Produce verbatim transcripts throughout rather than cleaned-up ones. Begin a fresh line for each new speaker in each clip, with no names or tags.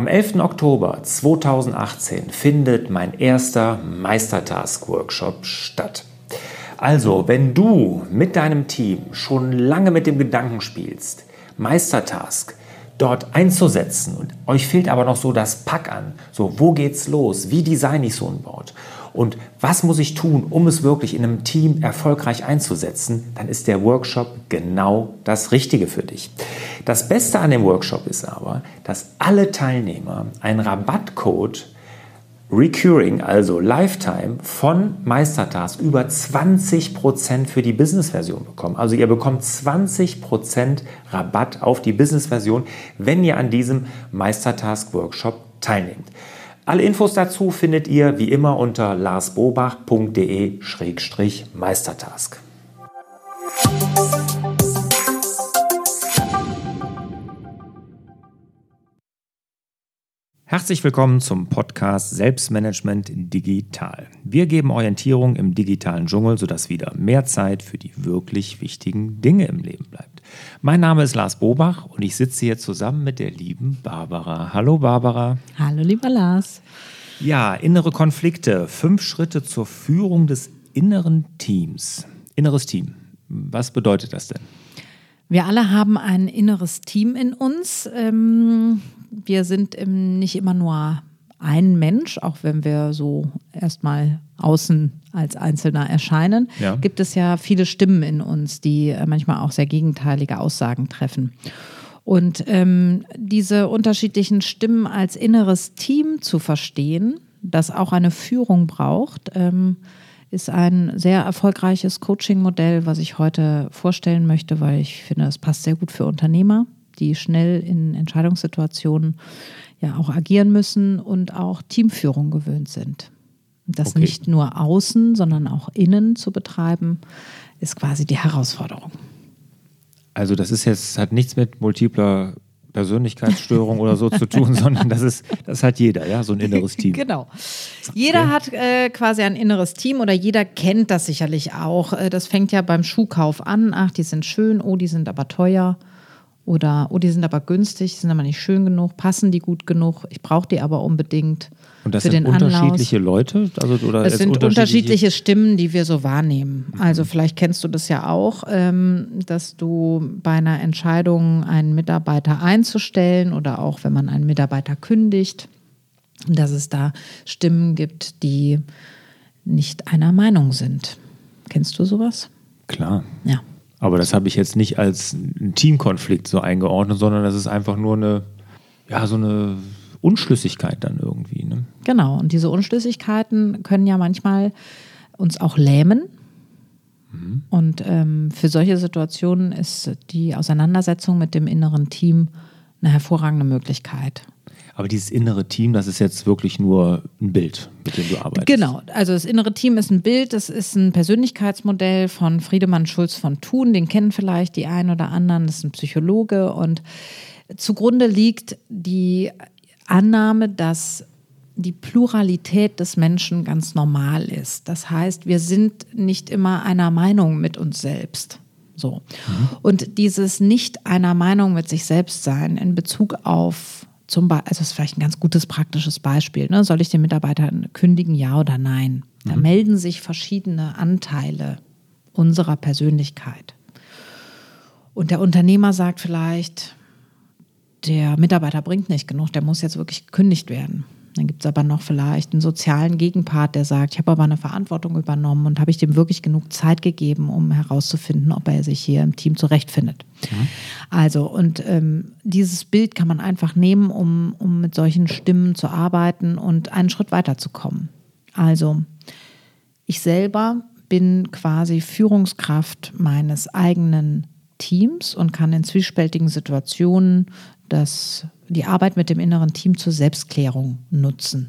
Am elften Oktober zweitausendachtzehn findet mein erster Meistertask-Workshop statt. Also, wenn du mit deinem Team schon lange mit dem Gedanken spielst, Meistertask dort einzusetzen und euch fehlt aber noch so das Pack an, so wo geht's los, wie designe ich so ein Board und was muss ich tun, um es wirklich in einem Team erfolgreich einzusetzen, dann ist der Workshop genau das Richtige für dich. Das Beste an dem Workshop ist aber, dass alle Teilnehmer einen Rabattcode Recurring, also Lifetime von Meistertask über zwanzig Prozent für die Business-Version bekommen. Also ihr bekommt zwanzig Prozent Rabatt auf die Business-Version, wenn ihr an diesem Meistertask-Workshop teilnehmt. Alle Infos dazu findet ihr wie immer unter larsbobach punkt de Schrägstrich Meistertask. Herzlich willkommen zum Podcast Selbstmanagement digital. Wir geben Orientierung im digitalen Dschungel, sodass wieder mehr Zeit für die wirklich wichtigen Dinge im Leben bleibt. Mein Name ist Lars Bobach und ich sitze hier zusammen mit der lieben Barbara. Hallo Barbara.
Hallo lieber Lars.
Ja, innere Konflikte. Fünf Schritte zur Führung des inneren Teams. Inneres Team. Was bedeutet das denn?
Wir alle haben ein inneres Team in uns. Wir sind nicht immer nur ein Mensch, auch wenn wir so erstmal außen als Einzelner erscheinen, ja. Gibt es ja viele Stimmen in uns, die manchmal auch sehr gegenteilige Aussagen treffen. Und ähm, diese unterschiedlichen Stimmen als inneres Team zu verstehen, das auch eine Führung braucht, ähm, ist ein sehr erfolgreiches Coaching-Modell, was ich heute vorstellen möchte, weil ich finde, es passt sehr gut für Unternehmer, die schnell in Entscheidungssituationen ja auch agieren müssen und auch Teamführung gewöhnt sind. Das okay. Nicht nur außen, sondern auch innen zu betreiben, ist quasi die Herausforderung.
Also das ist jetzt, hat nichts mit multipler Persönlichkeitsstörung oder so zu tun, sondern das ist, das hat jeder, ja, so ein inneres Team.
Genau. Jeder okay. hat äh, quasi ein inneres Team oder jeder kennt das sicherlich auch. Das fängt ja beim Schuhkauf an. Ach, die sind schön, oh, die sind aber teuer. Oder, oh, die sind aber günstig, sind aber nicht schön genug, passen die gut genug, ich brauche die aber unbedingt
und das
für
sind
den Anlauf.
Unterschiedliche Leute? Also, oder
es sind
unterschiedliche,
unterschiedliche Stimmen, die wir so wahrnehmen. Mhm. Also vielleicht kennst du das ja auch, ähm, dass du bei einer Entscheidung, einen Mitarbeiter einzustellen oder auch wenn man einen Mitarbeiter kündigt, dass es da Stimmen gibt, die nicht einer Meinung sind. Kennst du sowas?
Klar.
Ja.
Aber das habe ich jetzt nicht als einen Teamkonflikt so eingeordnet, sondern das ist einfach nur eine, ja, so eine Unschlüssigkeit dann irgendwie. Ne?
Genau, und diese Unschlüssigkeiten können ja manchmal uns auch lähmen. Mhm. Und ähm, für solche Situationen ist die Auseinandersetzung mit dem inneren Team eine hervorragende Möglichkeit.
Aber dieses innere Team, das ist jetzt wirklich nur ein Bild, mit dem du arbeitest.
Genau, also das innere Team ist ein Bild, das ist ein Persönlichkeitsmodell von Friedemann Schulz von Thun, den kennen vielleicht die einen oder anderen, das ist ein Psychologe und zugrunde liegt die Annahme, dass die Pluralität des Menschen ganz normal ist. Das heißt, wir sind nicht immer einer Meinung mit uns selbst. So. Mhm. Und dieses nicht einer Meinung mit sich selbst sein in Bezug auf Zum Beispiel, also das ist vielleicht ein ganz gutes praktisches Beispiel. Ne? Soll ich den Mitarbeiter kündigen, ja oder nein? Da mhm. melden sich verschiedene Anteile unserer Persönlichkeit. Und der Unternehmer sagt vielleicht, der Mitarbeiter bringt nicht genug, der muss jetzt wirklich gekündigt werden. Dann gibt es aber noch vielleicht einen sozialen Gegenpart, der sagt, ich habe aber eine Verantwortung übernommen und habe ich dem wirklich genug Zeit gegeben, um herauszufinden, ob er sich hier im Team zurechtfindet. Mhm. Also, und ähm, dieses Bild kann man einfach nehmen, um, um mit solchen Stimmen zu arbeiten und einen Schritt weiterzukommen. Also, ich selber bin quasi Führungskraft meines eigenen Teams und kann in zwiespältigen Situationen das die Arbeit mit dem inneren Team zur Selbstklärung nutzen.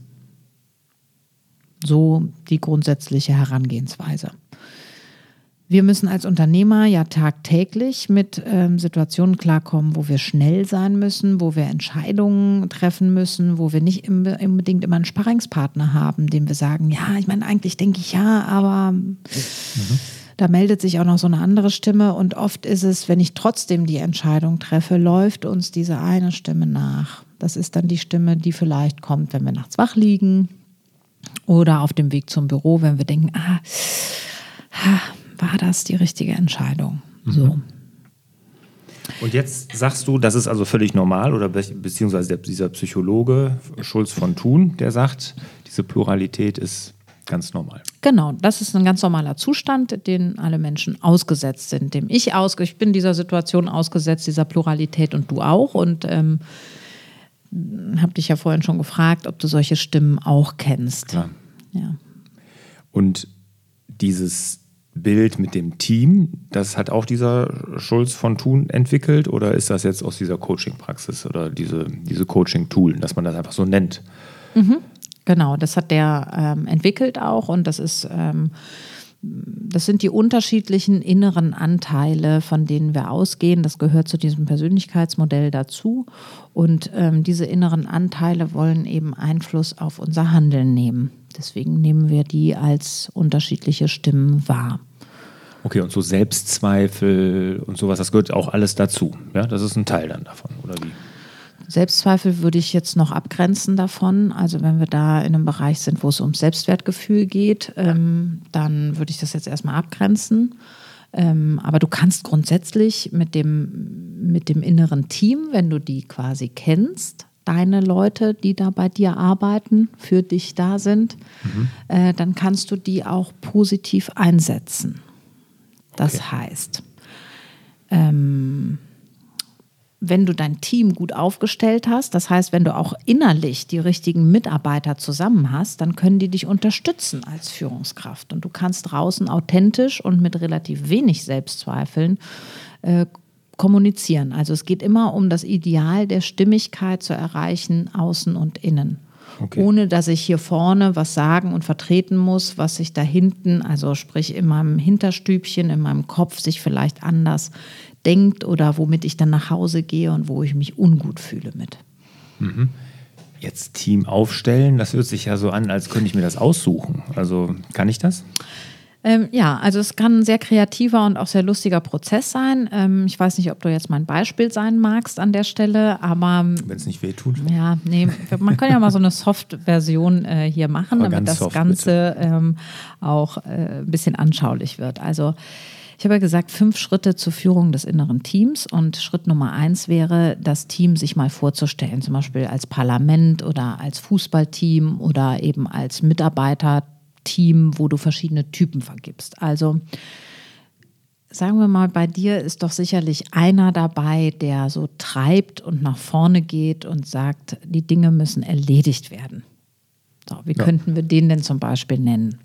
So die grundsätzliche Herangehensweise. Wir müssen als Unternehmer ja tagtäglich mit ähm, Situationen klarkommen, wo wir schnell sein müssen, wo wir Entscheidungen treffen müssen, wo wir nicht im, unbedingt immer einen Sparringspartner haben, dem wir sagen, ja, ich meine, eigentlich denke ich ja, aber mhm. da meldet sich auch noch so eine andere Stimme und oft ist es, wenn ich trotzdem die Entscheidung treffe, läuft uns diese eine Stimme nach. Das ist dann die Stimme, die vielleicht kommt, wenn wir nachts wach liegen oder auf dem Weg zum Büro, wenn wir denken, ah, war das die richtige Entscheidung? Mhm. So.
Und jetzt sagst du, das ist also völlig normal, oder be- beziehungsweise der, dieser Psychologe Schulz von Thun, der sagt, diese Pluralität ist ganz normal.
Genau, das ist ein ganz normaler Zustand, den alle Menschen ausgesetzt sind, dem ich aus, ich bin dieser Situation ausgesetzt, dieser Pluralität und du auch, und ähm, habe dich ja vorhin schon gefragt, ob du solche Stimmen auch kennst.
Klar.
Ja.
Und dieses Bild mit dem Team, das hat auch dieser Schulz von Thun entwickelt, oder ist das jetzt aus dieser Coaching-Praxis oder diese, diese Coaching-Tool, dass man das einfach so nennt?
Mhm. Genau, das hat der ähm, entwickelt auch, und das ist, ähm, das sind die unterschiedlichen inneren Anteile, von denen wir ausgehen. Das gehört zu diesem Persönlichkeitsmodell dazu, und ähm, diese inneren Anteile wollen eben Einfluss auf unser Handeln nehmen. Deswegen nehmen wir die als unterschiedliche Stimmen wahr.
Okay, und so Selbstzweifel und sowas, das gehört auch alles dazu. Ja, das ist ein Teil dann davon, oder wie?
Selbstzweifel würde ich jetzt noch abgrenzen davon. Also wenn wir da in einem Bereich sind, wo es ums Selbstwertgefühl geht, ähm, dann würde ich das jetzt erstmal abgrenzen. Ähm, aber du kannst grundsätzlich mit dem, mit dem inneren Team, wenn du die quasi kennst, deine Leute, die da bei dir arbeiten, für dich da sind, mhm. äh, dann kannst du die auch positiv einsetzen. Das okay. heißt, ähm, wenn du dein Team gut aufgestellt hast, das heißt, wenn du auch innerlich die richtigen Mitarbeiter zusammen hast, dann können die dich unterstützen als Führungskraft. Und du kannst draußen authentisch und mit relativ wenig Selbstzweifeln äh, kommunizieren. Also es geht immer um das Ideal der Stimmigkeit zu erreichen, außen und innen. Okay. Ohne dass ich hier vorne was sagen und vertreten muss, was sich da hinten, also sprich in meinem Hinterstübchen, in meinem Kopf sich vielleicht anders denkt oder womit ich dann nach Hause gehe und wo ich mich ungut fühle mit.
Mhm. Jetzt Team aufstellen, das hört sich ja so an, als könnte ich mir das aussuchen. Also kann ich das?
Ähm, ja, also es kann ein sehr kreativer und auch sehr lustiger Prozess sein. Ähm, ich weiß nicht, ob du jetzt mein Beispiel sein magst an der Stelle, aber...
Wenn es nicht wehtut.
Ja, nee, man kann ja mal so eine Soft-Version äh, hier machen, aber damit das soft, Ganze ähm, auch äh, ein bisschen anschaulich wird. Also ich habe ja gesagt, fünf Schritte zur Führung des inneren Teams, und Schritt Nummer eins wäre, das Team sich mal vorzustellen, zum Beispiel als Parlament oder als Fußballteam oder eben als Mitarbeiterteam, wo du verschiedene Typen vergibst. Also sagen wir mal, bei dir ist doch sicherlich einer dabei, der so treibt und nach vorne geht und sagt, die Dinge müssen erledigt werden. So, wie ja. könnten wir den denn zum Beispiel nennen?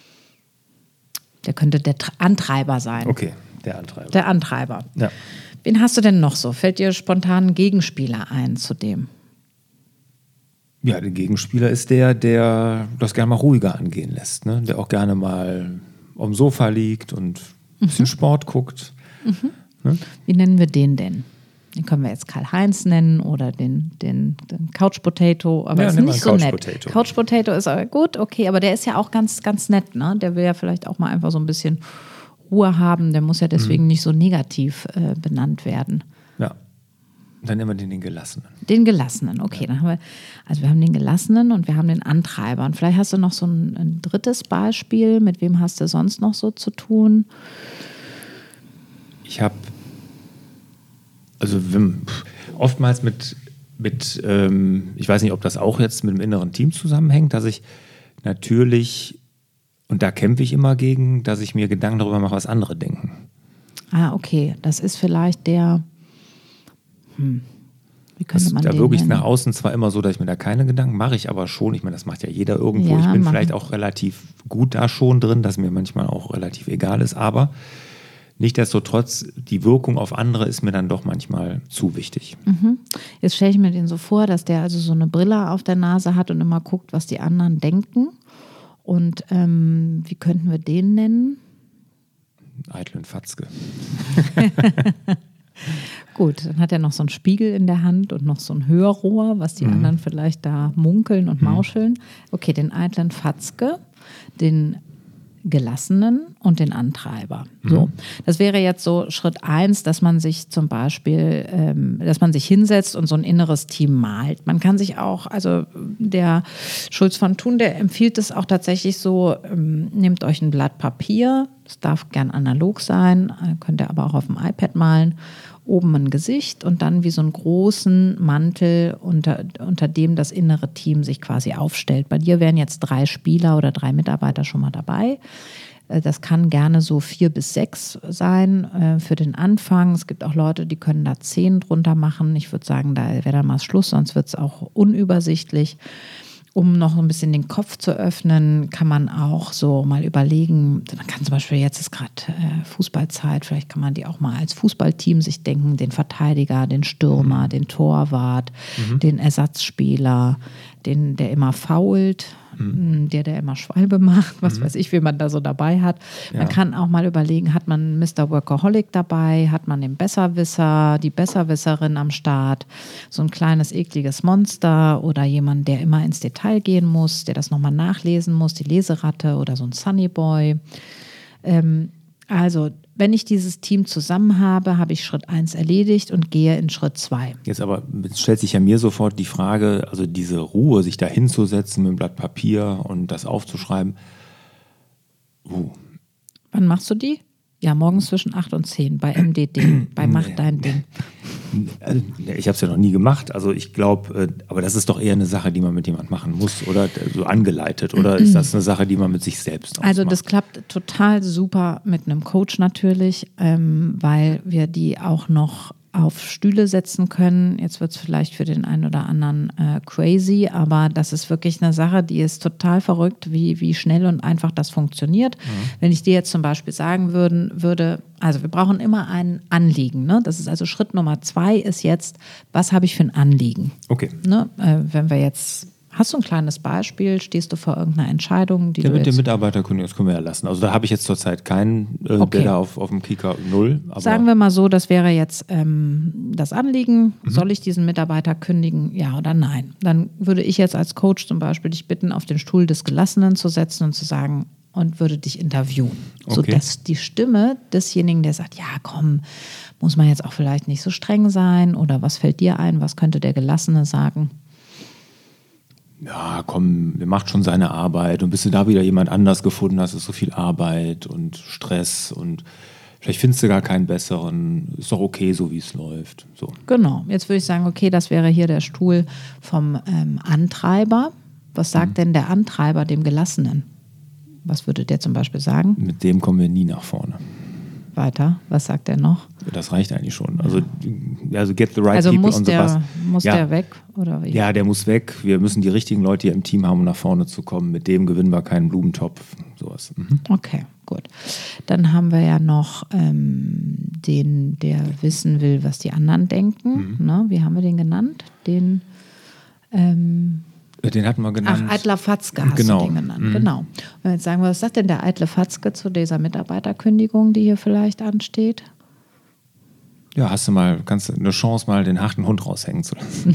Der könnte der Antreiber sein.
Okay, der Antreiber.
Der Antreiber.
Ja.
Wen hast du denn noch so? Fällt dir spontan ein Gegenspieler ein zu dem?
Ja, der Gegenspieler ist der, der das gerne mal ruhiger angehen lässt. Ne? Der auch gerne mal am Sofa liegt und ein bisschen mhm. Sport guckt.
Mhm. Ne? Wie nennen wir den denn? Den können wir jetzt Karl-Heinz nennen oder den, den, den Couch Potato, aber ja, ist nicht so
Couch
nett.
Potato.
Couch Potato ist aber gut, okay, aber der ist ja auch ganz, ganz nett, ne? Der will ja vielleicht auch mal einfach so ein bisschen Ruhe haben, der muss ja deswegen mhm. nicht so negativ äh, benannt werden.
Ja, dann nehmen wir den, den Gelassenen.
Den Gelassenen, okay. Ja. Dann haben wir, also wir haben den Gelassenen und wir haben den Antreiber. Und vielleicht hast du noch so ein, ein drittes Beispiel, mit wem hast du sonst noch so zu tun?
Ich habe Also oftmals mit, mit ähm, ich weiß nicht, ob das auch jetzt mit dem inneren Team zusammenhängt, dass ich natürlich, und da kämpfe ich immer gegen, dass ich mir Gedanken darüber mache, was andere denken.
Ah, okay. Das ist vielleicht der, hm, wie könnte
das
man
da
den
wirklich
nennen?
Nach außen zwar immer so, dass ich mir da keine Gedanken mache, ich aber schon, ich meine, das macht ja jeder irgendwo.
Ja,
ich bin
machen.
vielleicht auch relativ gut da schon drin, dass mir manchmal auch relativ egal ist, aber nichtsdestotrotz, die Wirkung auf andere ist mir dann doch manchmal zu wichtig.
Mhm. Jetzt stelle ich mir den so vor, dass der also so eine Brille auf der Nase hat und immer guckt, was die anderen denken. Und ähm, wie könnten wir den nennen?
Eitel und Fatzke.
Gut, dann hat er noch so einen Spiegel in der Hand und noch so ein Hörrohr, was die mhm. anderen vielleicht da munkeln und mauscheln. Okay, den eitlen Fatzke, den Gelassenen und den Antreiber. Mhm. So, das wäre jetzt so Schritt eins, dass man sich zum Beispiel, ähm, dass man sich hinsetzt und so ein inneres Team malt. Man kann sich auch, also der Schulz von Thun, der empfiehlt es auch tatsächlich so, ähm, nehmt euch ein Blatt Papier, das darf gern analog sein, könnt ihr aber auch auf dem iPad malen, oben ein Gesicht und dann wie so einen großen Mantel, unter, unter dem das innere Team sich quasi aufstellt. Bei dir wären jetzt drei Spieler oder drei Mitarbeiter schon mal dabei. Das kann gerne so vier bis sechs sein äh, für den Anfang. Es gibt auch Leute, die können da zehn drunter machen. Ich würde sagen, da wäre dann mal Schluss, sonst wird es auch unübersichtlich. Um noch ein bisschen den Kopf zu öffnen, kann man auch so mal überlegen, man kann zum Beispiel, jetzt ist gerade äh, Fußballzeit, vielleicht kann man die auch mal als Fußballteam sich denken, den Verteidiger, den Stürmer, mhm. den Torwart, mhm. den Ersatzspieler, den, der immer fault, mhm. der, der immer Schwalbe macht, was mhm. weiß ich, wie man da so dabei hat. Ja. Man kann auch mal überlegen, hat man Mister Workaholic dabei, hat man den Besserwisser, die Besserwisserin am Start, so ein kleines ekliges Monster oder jemand, der immer ins Detail gehen muss, der das nochmal nachlesen muss, die Leseratte oder so ein Sunnyboy. Ähm, also, wenn ich dieses Team zusammen habe, habe ich Schritt eins erledigt und gehe in Schritt zwei.
Jetzt aber jetzt stellt sich ja mir sofort die Frage, also diese Ruhe, sich da hinzusetzen mit einem Blatt Papier und das aufzuschreiben. Uh.
Wann machst du die? Ja, morgens zwischen acht und zehn bei M D D, bei Mach dein Ding.
Ich habe es ja noch nie gemacht, also ich glaube, aber das ist doch eher eine Sache, die man mit jemandem machen muss oder so angeleitet, oder ist das eine Sache, die man mit sich selbst ausmacht?
Also das klappt total super mit einem Coach natürlich, ähm, weil wir die auch noch auf Stühle setzen können. Jetzt wird es vielleicht für den einen oder anderen äh, crazy, aber das ist wirklich eine Sache, die ist total verrückt, wie, wie schnell und einfach das funktioniert. Mhm. Wenn ich dir jetzt zum Beispiel sagen würden, würde, also wir brauchen immer ein Anliegen. Ne? Das ist also Schritt Nummer zwei ist jetzt, was habe ich für ein Anliegen?
Okay.
Ne? Äh, wenn wir jetzt Hast du ein kleines Beispiel? Stehst du vor irgendeiner Entscheidung? Die
ja,
du
mit
jetzt...
dem Mitarbeiterkündigung, das können wir ja lassen. Also da habe ich jetzt zurzeit keinen, äh,
okay.
der da auf, auf dem Kika null. Aber
sagen wir mal so, das wäre jetzt ähm, das Anliegen. Mhm. Soll ich diesen Mitarbeiter kündigen? Ja oder nein? Dann würde ich jetzt als Coach zum Beispiel dich bitten, auf den Stuhl des Gelassenen zu setzen und zu sagen, und würde dich interviewen. Okay. Sodass die Stimme desjenigen, der sagt, ja komm, muss man jetzt auch vielleicht nicht so streng sein, oder was fällt dir ein, was könnte der Gelassene sagen?
Ja, komm, der macht schon seine Arbeit, und bis du da wieder jemand anders gefunden hast, ist so viel Arbeit und Stress und vielleicht findest du gar keinen besseren, ist doch okay, so wie es läuft. So.
Genau, jetzt würde ich sagen, okay, das wäre hier der Stuhl vom ähm, Antreiber. Was sagt mhm. denn der Antreiber dem Gelassenen? Was würde der zum Beispiel sagen?
Mit dem kommen wir nie nach vorne.
Weiter, was sagt er noch?
Das reicht eigentlich schon. Also, also get the right
also
people
muss
on the
der,
bus.
Muss
ja.
der weg? Oder wie?
Ja, der muss weg. Wir müssen die richtigen Leute hier im Team haben, um nach vorne zu kommen. Mit dem gewinnen wir keinen Blumentopf. Sowas. Mhm.
Okay, gut. Dann haben wir ja noch ähm, den, der wissen will, was die anderen denken. Mhm. Ne? Wie haben wir den genannt? Den ähm,
Den hatten wir genannt.
Ach, eitler Fatzke hast
genau.
du den genannt.
Mhm.
Genau. Und jetzt sagen wir, was sagt denn der eitle Fatzke zu dieser Mitarbeiterkündigung, die hier vielleicht ansteht?
Ja, hast du mal, kannst du eine Chance, mal den harten Hund raushängen zu lassen.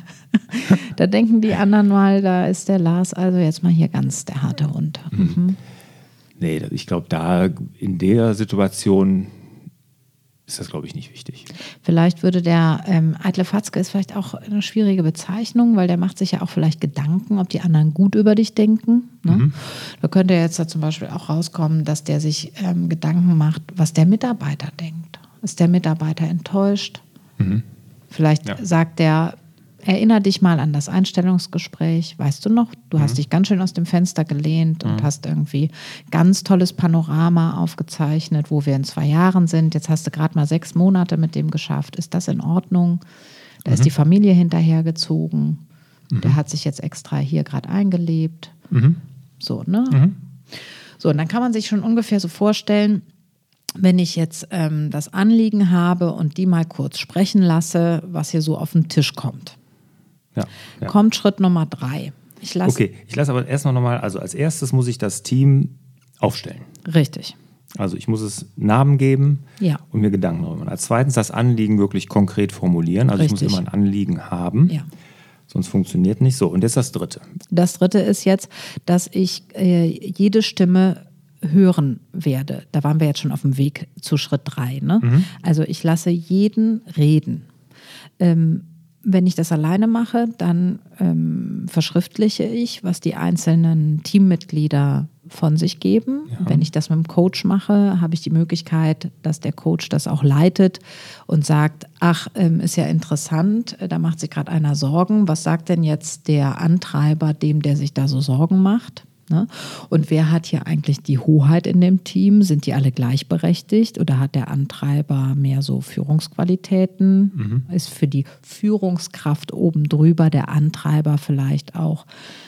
Da denken die anderen mal, da ist der Lars also jetzt mal hier ganz der harte Hund. Mhm. Mhm.
Nee, ich glaube, da in der Situation ist das, glaube ich, nicht wichtig.
Vielleicht würde der ähm, eitle Fatzke ist vielleicht auch eine schwierige Bezeichnung, weil der macht sich ja auch vielleicht Gedanken, ob die anderen gut über dich denken. Ne? Mhm. Da könnte jetzt da zum Beispiel auch rauskommen, dass der sich ähm, Gedanken macht, was der Mitarbeiter denkt. Ist der Mitarbeiter enttäuscht? Mhm. Vielleicht ja. sagt der, erinnere dich mal an das Einstellungsgespräch, weißt du noch? Du mhm. hast dich ganz schön aus dem Fenster gelehnt mhm. und hast irgendwie ganz tolles Panorama aufgezeichnet, wo wir in zwei Jahren sind. Jetzt hast du gerade mal sechs Monate mit dem geschafft. Ist das in Ordnung? Da mhm. ist die Familie hinterhergezogen. Mhm. Der hat sich jetzt extra hier gerade eingelebt. Mhm. So, ne? Mhm. So, und dann kann man sich schon ungefähr so vorstellen, wenn ich jetzt ähm, das Anliegen habe und die mal kurz sprechen lasse, was hier so auf den Tisch kommt.
Ja, ja.
Kommt Schritt Nummer drei. Ich lass
okay, ich lasse aber erst noch mal, also als erstes muss ich das Team aufstellen.
Richtig.
Also ich muss es Namen geben
ja.
und mir Gedanken darüber machen. Als zweitens das Anliegen wirklich konkret formulieren. Also Richtig. Ich muss immer ein Anliegen haben.
Ja.
Sonst funktioniert nicht so. Und jetzt das Dritte.
Das Dritte ist jetzt, dass ich äh, jede Stimme hören werde. Da waren wir jetzt schon auf dem Weg zu Schritt drei. Ne? Mhm. Also ich lasse jeden reden. Ähm, wenn ich das alleine mache, dann ähm, verschriftliche ich, was die einzelnen Teammitglieder von sich geben. Ja. Wenn ich das mit dem Coach mache, habe ich die Möglichkeit, dass der Coach das auch leitet und sagt, ach, ähm, ist ja interessant, da macht sich gerade einer Sorgen. Was sagt denn jetzt der Antreiber dem, der sich da so Sorgen macht? Ne? Und wer hat hier eigentlich die Hoheit in dem Team? Sind die alle gleichberechtigt oder hat der Antreiber mehr so Führungsqualitäten? Mhm. Ist für die Führungskraft oben drüber der Antreiber vielleicht auch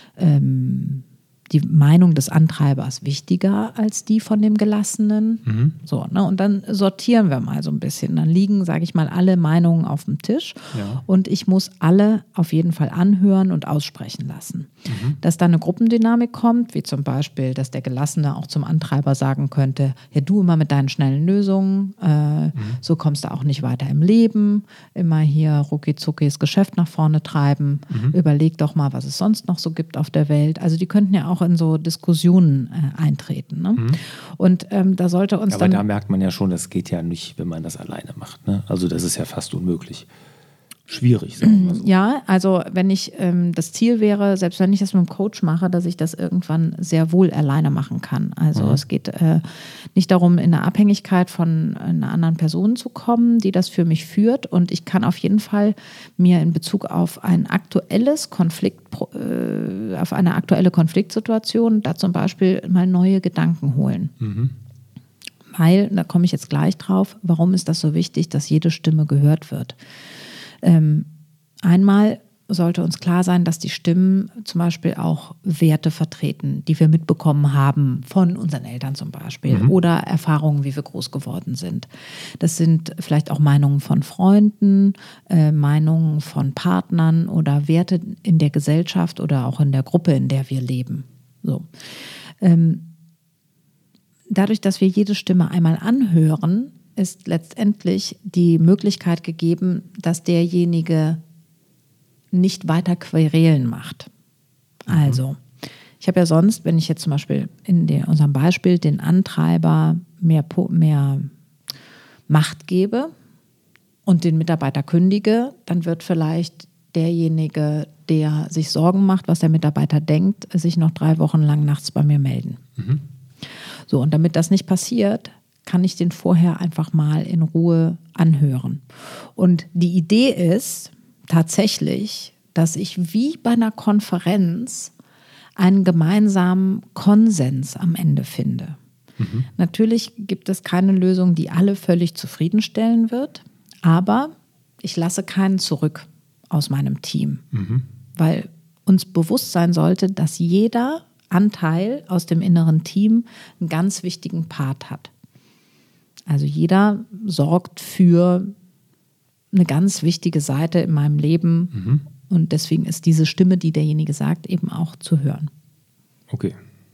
ähm, die Meinung des Antreibers wichtiger als die von dem Gelassenen? Mhm. So, ne? Und dann sortieren wir mal so ein bisschen. Dann liegen, sage ich mal, alle Meinungen auf dem Tisch ja. und ich muss alle auf jeden Fall anhören und aussprechen lassen. Mhm. Dass da eine Gruppendynamik kommt, wie zum Beispiel, dass der Gelassene auch zum Antreiber sagen könnte, ja, du immer mit deinen schnellen Lösungen, äh, mhm. so kommst du auch nicht weiter im Leben, immer hier rucki-zucki das Geschäft nach vorne treiben, mhm. überleg doch mal, was es sonst noch so gibt auf der Welt. Also die könnten ja auch in so Diskussionen äh, eintreten. Ne? Mhm. Und ähm, da sollte uns
Aber
dann...
da merkt man ja schon, das geht ja nicht, wenn man das alleine macht. Ne? Also das ist ja fast unmöglich. Schwierig, sagen wir so.
Ja, also wenn ich, ähm, das Ziel wäre, selbst wenn ich das mit dem Coach mache, dass ich das irgendwann sehr wohl alleine machen kann. Also mhm. es geht äh, nicht darum, in eine Abhängigkeit von einer anderen Person zu kommen, die das für mich führt. Und ich kann auf jeden Fall mir in Bezug auf ein aktuelles Konflikt, äh, auf eine aktuelle Konfliktsituation da zum Beispiel mal neue Gedanken holen. Mhm. Weil, da komme ich jetzt gleich drauf, warum ist das so wichtig, dass jede Stimme gehört wird? Ähm, einmal sollte uns klar sein, dass die Stimmen zum Beispiel auch Werte vertreten, die wir mitbekommen haben von unseren Eltern zum Beispiel mhm. oder Erfahrungen, wie wir groß geworden sind. Das sind vielleicht auch Meinungen von Freunden, äh, Meinungen von Partnern oder Werte in der Gesellschaft oder auch in der Gruppe, in der wir leben. So. Ähm, dadurch, dass wir jede Stimme einmal anhören, ist letztendlich die Möglichkeit gegeben, dass derjenige nicht weiter Querelen macht. Also, ich habe ja sonst, wenn ich jetzt zum Beispiel in den, unserem Beispiel den Antreiber mehr, mehr Macht gebe und den Mitarbeiter kündige, dann wird vielleicht derjenige, der sich Sorgen macht, was der Mitarbeiter denkt, sich noch drei Wochen lang nachts bei mir melden. Mhm. So, und damit das nicht passiert, kann ich den vorher einfach mal in Ruhe anhören. Und die Idee ist tatsächlich, dass ich wie bei einer Konferenz einen gemeinsamen Konsens am Ende finde. Mhm. Natürlich gibt es keine Lösung, die alle völlig zufriedenstellen wird, aber ich lasse keinen zurück aus meinem Team, mhm. weil uns bewusst sein sollte, dass jeder Anteil aus dem inneren Team einen ganz wichtigen Part hat. Also jeder sorgt für eine ganz wichtige Seite in meinem Leben mhm. und deswegen ist diese Stimme, die derjenige sagt, eben auch zu hören.
Okay.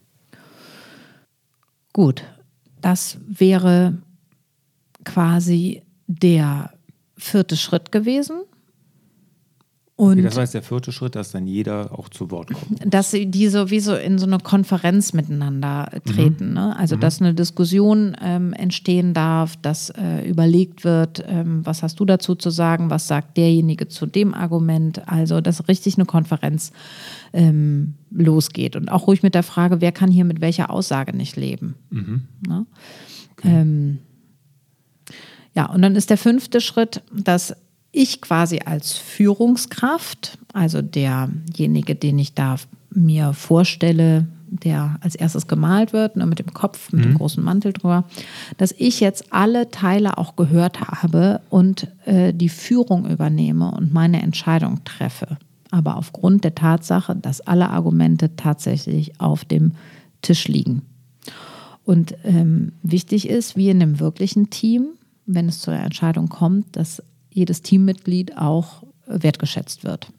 Gut, das wäre quasi der vierte Schritt gewesen. Und
okay, das heißt, der vierte Schritt, dass dann jeder auch zu Wort kommt.
Dass sie die sowieso in so eine Konferenz miteinander treten. Mhm. Ne? Also, mhm. dass eine Diskussion ähm, entstehen darf, dass äh, überlegt wird, ähm, was hast du dazu zu sagen, was sagt derjenige zu dem Argument. Also, dass richtig eine Konferenz ähm, losgeht. Und auch ruhig mit der Frage, wer kann hier mit welcher Aussage nicht leben. Mhm. Ne? Okay. Ähm, ja, und dann ist der fünfte Schritt, dass ich quasi als Führungskraft, also derjenige, den ich da mir vorstelle, der als erstes gemalt wird, ne, mit dem Kopf, mit mhm. dem großen Mantel drüber, dass ich jetzt alle Teile auch gehört habe und äh, die Führung übernehme und meine Entscheidung treffe. Aber aufgrund der Tatsache, dass alle Argumente tatsächlich auf dem Tisch liegen. Und ähm, wichtig ist, wie in einem wirklichen Team, wenn es zur Entscheidung kommt, dass jedes Teammitglied auch wertgeschätzt wird.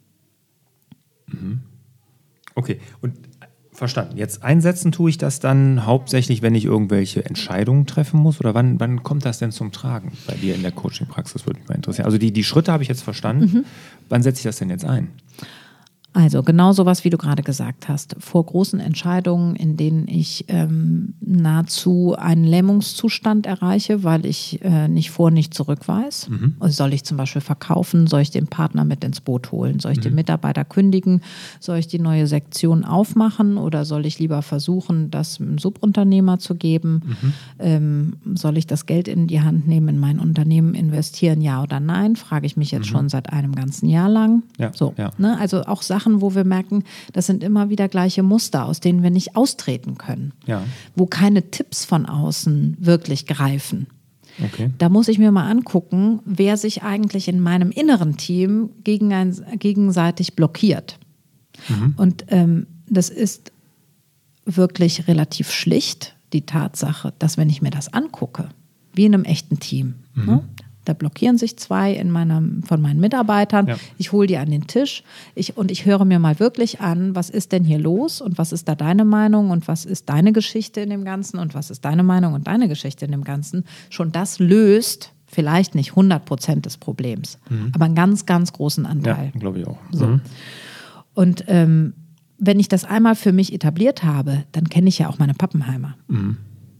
Okay, und verstanden. Jetzt einsetzen tue ich das dann hauptsächlich, wenn ich irgendwelche Entscheidungen treffen muss? Oder wann, wann kommt das denn zum Tragen bei dir in der Coaching-Praxis? Würde mich mal interessieren. Also die, die Schritte habe ich jetzt verstanden. Mhm. Wann setze ich das denn jetzt ein?
Also genau sowas, wie du gerade gesagt hast. Vor großen Entscheidungen, in denen ich ähm, nahezu einen Lähmungszustand erreiche, weil ich äh, nicht vor, nicht zurück weiß. Mhm. Also soll ich zum Beispiel verkaufen? Soll ich den Partner mit ins Boot holen? Soll ich mhm. den Mitarbeiter kündigen? Soll ich die neue Sektion aufmachen? Oder soll ich lieber versuchen, das einem Subunternehmer zu geben? Mhm. Ähm, soll ich das Geld in die Hand nehmen, in mein Unternehmen investieren? Ja oder nein? Frage ich mich jetzt mhm. schon seit einem ganzen Jahr lang.
Ja,
so,
ja.
Ne? Also auch Sachen, wo wir merken, das sind immer wieder gleiche Muster, aus denen wir nicht austreten können,
ja.
wo keine Tipps von außen wirklich greifen.
Okay.
Da muss ich mir mal angucken, wer sich eigentlich in meinem inneren Team gegen ein, gegenseitig blockiert. Mhm. Und ähm, das ist wirklich relativ schlicht, die Tatsache, dass wenn ich mir das angucke, wie in einem echten Team, mhm. ne? Da blockieren sich zwei in meinem, von meinen Mitarbeitern. Ja. Ich hole die an den Tisch ich, und ich höre mir mal wirklich an, was ist denn hier los und was ist da deine Meinung und was ist deine Geschichte in dem Ganzen und was ist deine Meinung und deine Geschichte in dem Ganzen. Schon das löst vielleicht nicht hundert Prozent des Problems, mhm. aber einen ganz, ganz großen Anteil.
Ja, glaube ich auch.
So.
Mhm.
Und ähm, wenn ich das einmal für mich etabliert habe, dann kenne ich ja auch meine Pappenheimer.
Mhm.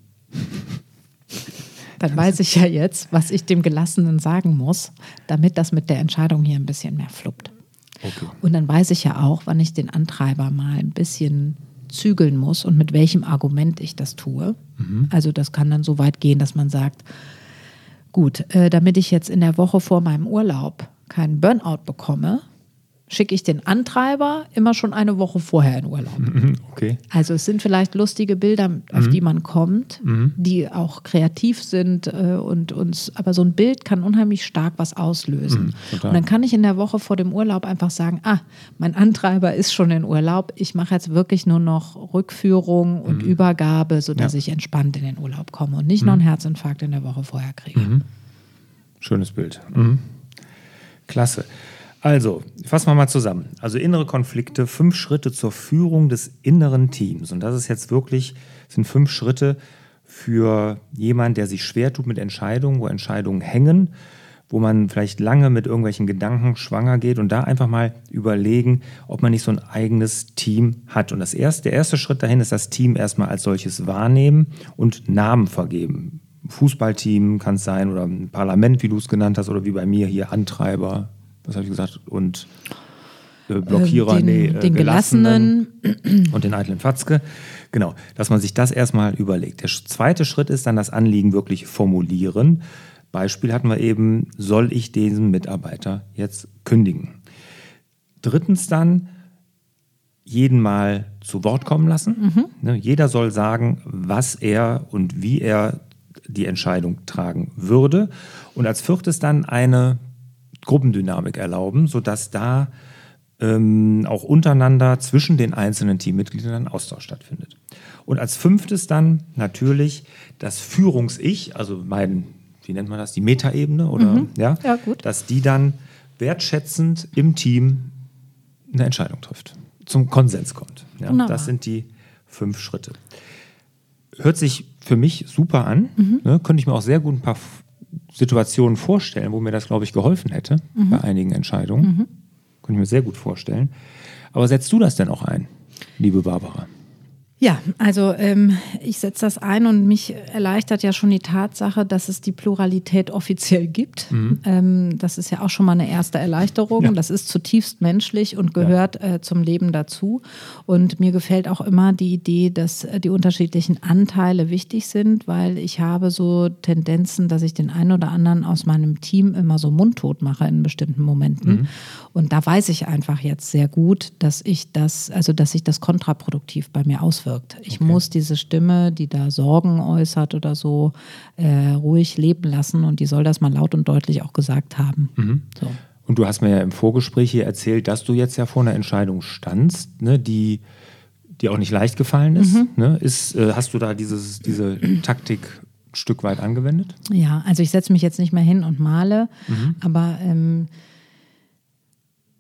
Dann weiß ich ja jetzt, was ich dem Gelassenen sagen muss, damit das mit der Entscheidung hier ein bisschen mehr fluppt.
Okay.
Und dann weiß ich ja auch, wann ich den Antreiber mal ein bisschen zügeln muss und mit welchem Argument ich das tue. Mhm. Also das kann dann so weit gehen, dass man sagt, gut, äh, damit ich jetzt in der Woche vor meinem Urlaub keinen Burnout bekomme, schicke ich den Antreiber immer schon eine Woche vorher in Urlaub.
Okay.
Also es sind vielleicht lustige Bilder, auf
mhm.
die man kommt, mhm. die auch kreativ sind äh, und uns, aber so ein Bild kann unheimlich stark was auslösen.
Mhm,
und dann kann ich in der Woche vor dem Urlaub einfach sagen, ah, mein Antreiber ist schon in Urlaub, ich mache jetzt wirklich nur noch Rückführung und mhm. Übergabe, sodass ja. ich entspannt in den Urlaub komme und nicht mhm. noch einen Herzinfarkt in der Woche vorher kriege.
Mhm. Schönes Bild. Mhm. Klasse. Also, fassen wir mal zusammen. Also innere Konflikte, fünf Schritte zur Führung des inneren Teams. Und das ist jetzt wirklich, sind fünf Schritte für jemanden, der sich schwer tut mit Entscheidungen, wo Entscheidungen hängen, wo man vielleicht lange mit irgendwelchen Gedanken schwanger geht und da einfach mal überlegen, ob man nicht so ein eigenes Team hat. Und das erste, der erste Schritt dahin ist, das Team erstmal als solches wahrnehmen und Namen vergeben. Fußballteam kann es sein oder ein Parlament, wie du es genannt hast, oder wie bei mir hier Antreiber. Was habe ich gesagt? Und äh, Blockierer,
den,
nee, äh,
den Gelassenen.
Gelassenen und den eitlen Fatzke. Genau, dass man sich das erstmal überlegt. Der zweite Schritt ist dann das Anliegen wirklich formulieren. Beispiel hatten wir eben, soll ich diesen Mitarbeiter jetzt kündigen? Drittens dann, jeden mal zu Wort kommen lassen. Mhm. Ne, jeder soll sagen, was er und wie er die Entscheidung tragen würde. Und als viertes dann eine Gruppendynamik erlauben, sodass da ähm, auch untereinander zwischen den einzelnen Teammitgliedern Austausch stattfindet. Und als fünftes dann natürlich das Führungs-Ich, also mein, wie nennt man das, die Metaebene, oder
mhm.
ja,
ja, gut.
dass die dann wertschätzend im Team eine Entscheidung trifft, zum Konsens kommt. Ja, das sind die fünf Schritte. Hört sich für mich super an, mhm. ne, könnte ich mir auch sehr gut ein paar Situationen vorstellen, wo mir das, glaube ich, geholfen hätte mhm. bei einigen Entscheidungen. Mhm. Könnte ich mir sehr gut vorstellen. Aber setzt du das denn auch ein, liebe Barbara?
Ja, also ähm, ich setze das ein und mich erleichtert ja schon die Tatsache, dass es die Pluralität offiziell gibt. Mhm. Ähm, das ist ja auch schon mal eine erste Erleichterung. Ja. Das ist zutiefst menschlich und gehört ja. äh, zum Leben dazu. Und mir gefällt auch immer die Idee, dass äh, die unterschiedlichen Anteile wichtig sind, weil ich habe so Tendenzen, dass ich den einen oder anderen aus meinem Team immer so mundtot mache in bestimmten Momenten. Mhm. Und da weiß ich einfach jetzt sehr gut, dass ich das, also dass sich das kontraproduktiv bei mir auswirkt. Ich okay. muss diese Stimme, die da Sorgen äußert oder so, äh, ruhig leben lassen und die soll das mal laut und deutlich auch gesagt haben.
Mhm. So. Und du hast mir ja im Vorgespräch hier erzählt, dass du jetzt ja vor einer Entscheidung standst, ne, die dir auch nicht leicht gefallen ist. Mhm. Ne? Ist äh, hast du da dieses, diese Taktik ein Stück weit angewendet?
Ja, also ich setze mich jetzt nicht mehr hin und male, mhm. aber ähm,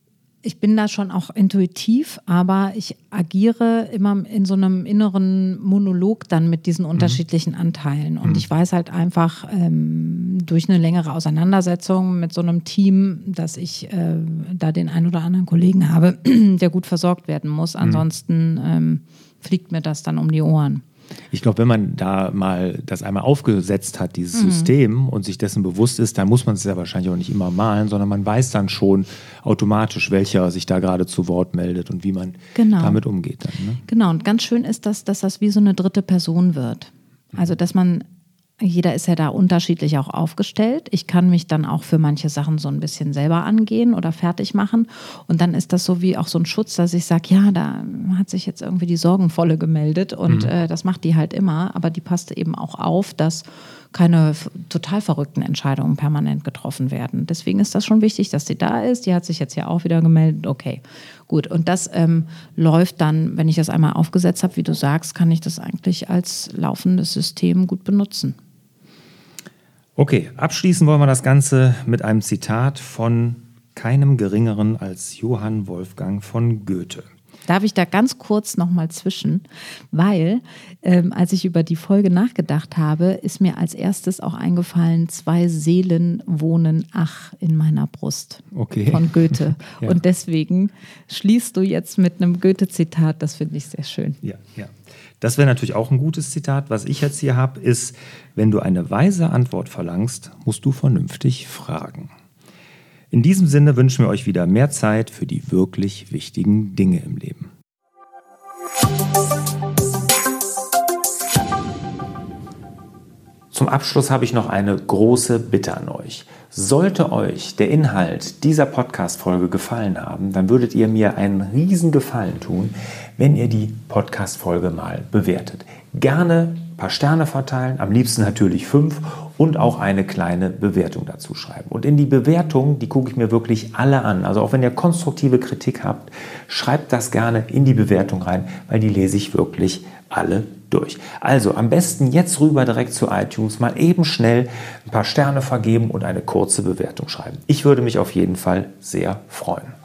Ich bin da schon auch intuitiv, aber ich agiere immer in so einem inneren Monolog dann mit diesen unterschiedlichen Anteilen. Und mhm. ich weiß halt einfach ähm, durch eine längere Auseinandersetzung mit so einem Team, dass ich äh, da den einen oder anderen Kollegen habe, der gut versorgt werden muss. Ansonsten ähm, fliegt mir das dann um die Ohren.
Ich glaube, wenn man da mal das einmal aufgesetzt hat, dieses mhm. System, und sich dessen bewusst ist, dann muss man es ja wahrscheinlich auch nicht immer malen, sondern man weiß dann schon automatisch, welcher sich da gerade zu Wort meldet und wie man genau. damit umgeht. Dann, ne?
Genau, und ganz schön ist das, dass das wie so eine dritte Person wird. Also, dass man, jeder ist ja da unterschiedlich auch aufgestellt. Ich kann mich dann auch für manche Sachen so ein bisschen selber angehen oder fertig machen. Und dann ist das so wie auch so ein Schutz, dass ich sage, ja, da hat sich jetzt irgendwie die Sorgenvolle gemeldet und mhm. äh, das macht die halt immer. Aber die passte eben auch auf, dass keine f- total verrückten Entscheidungen permanent getroffen werden. Deswegen ist das schon wichtig, dass sie da ist. Die hat sich jetzt ja auch wieder gemeldet. Okay, gut. Und das ähm, läuft dann, wenn ich das einmal aufgesetzt habe, wie du sagst, kann ich das eigentlich als laufendes System gut benutzen.
Okay, abschließen wollen wir das Ganze mit einem Zitat von keinem Geringeren als Johann Wolfgang von Goethe.
Darf ich da ganz kurz nochmal zwischen, weil ähm, als ich über die Folge nachgedacht habe, ist mir als erstes auch eingefallen, zwei Seelen wohnen ach in meiner Brust
okay.
von Goethe.
Ja.
Und deswegen schließt du jetzt mit einem Goethe-Zitat, das finde ich sehr schön.
Ja, ja. Das wäre natürlich auch ein gutes Zitat. Was ich jetzt hier habe, ist, wenn du eine weise Antwort verlangst, musst du vernünftig fragen. In diesem Sinne wünschen wir euch wieder mehr Zeit für die wirklich wichtigen Dinge im Leben. Zum Abschluss habe ich noch eine große Bitte an euch. Sollte euch der Inhalt dieser Podcast-Folge gefallen haben, dann würdet ihr mir einen riesen Gefallen tun, wenn ihr die Podcast-Folge mal bewertet. Gerne ein paar Sterne verteilen, am liebsten natürlich fünf und auch eine kleine Bewertung dazu schreiben. Und in die Bewertung, die gucke ich mir wirklich alle an. Also auch wenn ihr konstruktive Kritik habt, schreibt das gerne in die Bewertung rein, weil die lese ich wirklich alle durch. Also am besten jetzt rüber direkt zu iTunes, mal eben schnell ein paar Sterne vergeben und eine kurze Bewertung schreiben. Ich würde mich auf jeden Fall sehr freuen.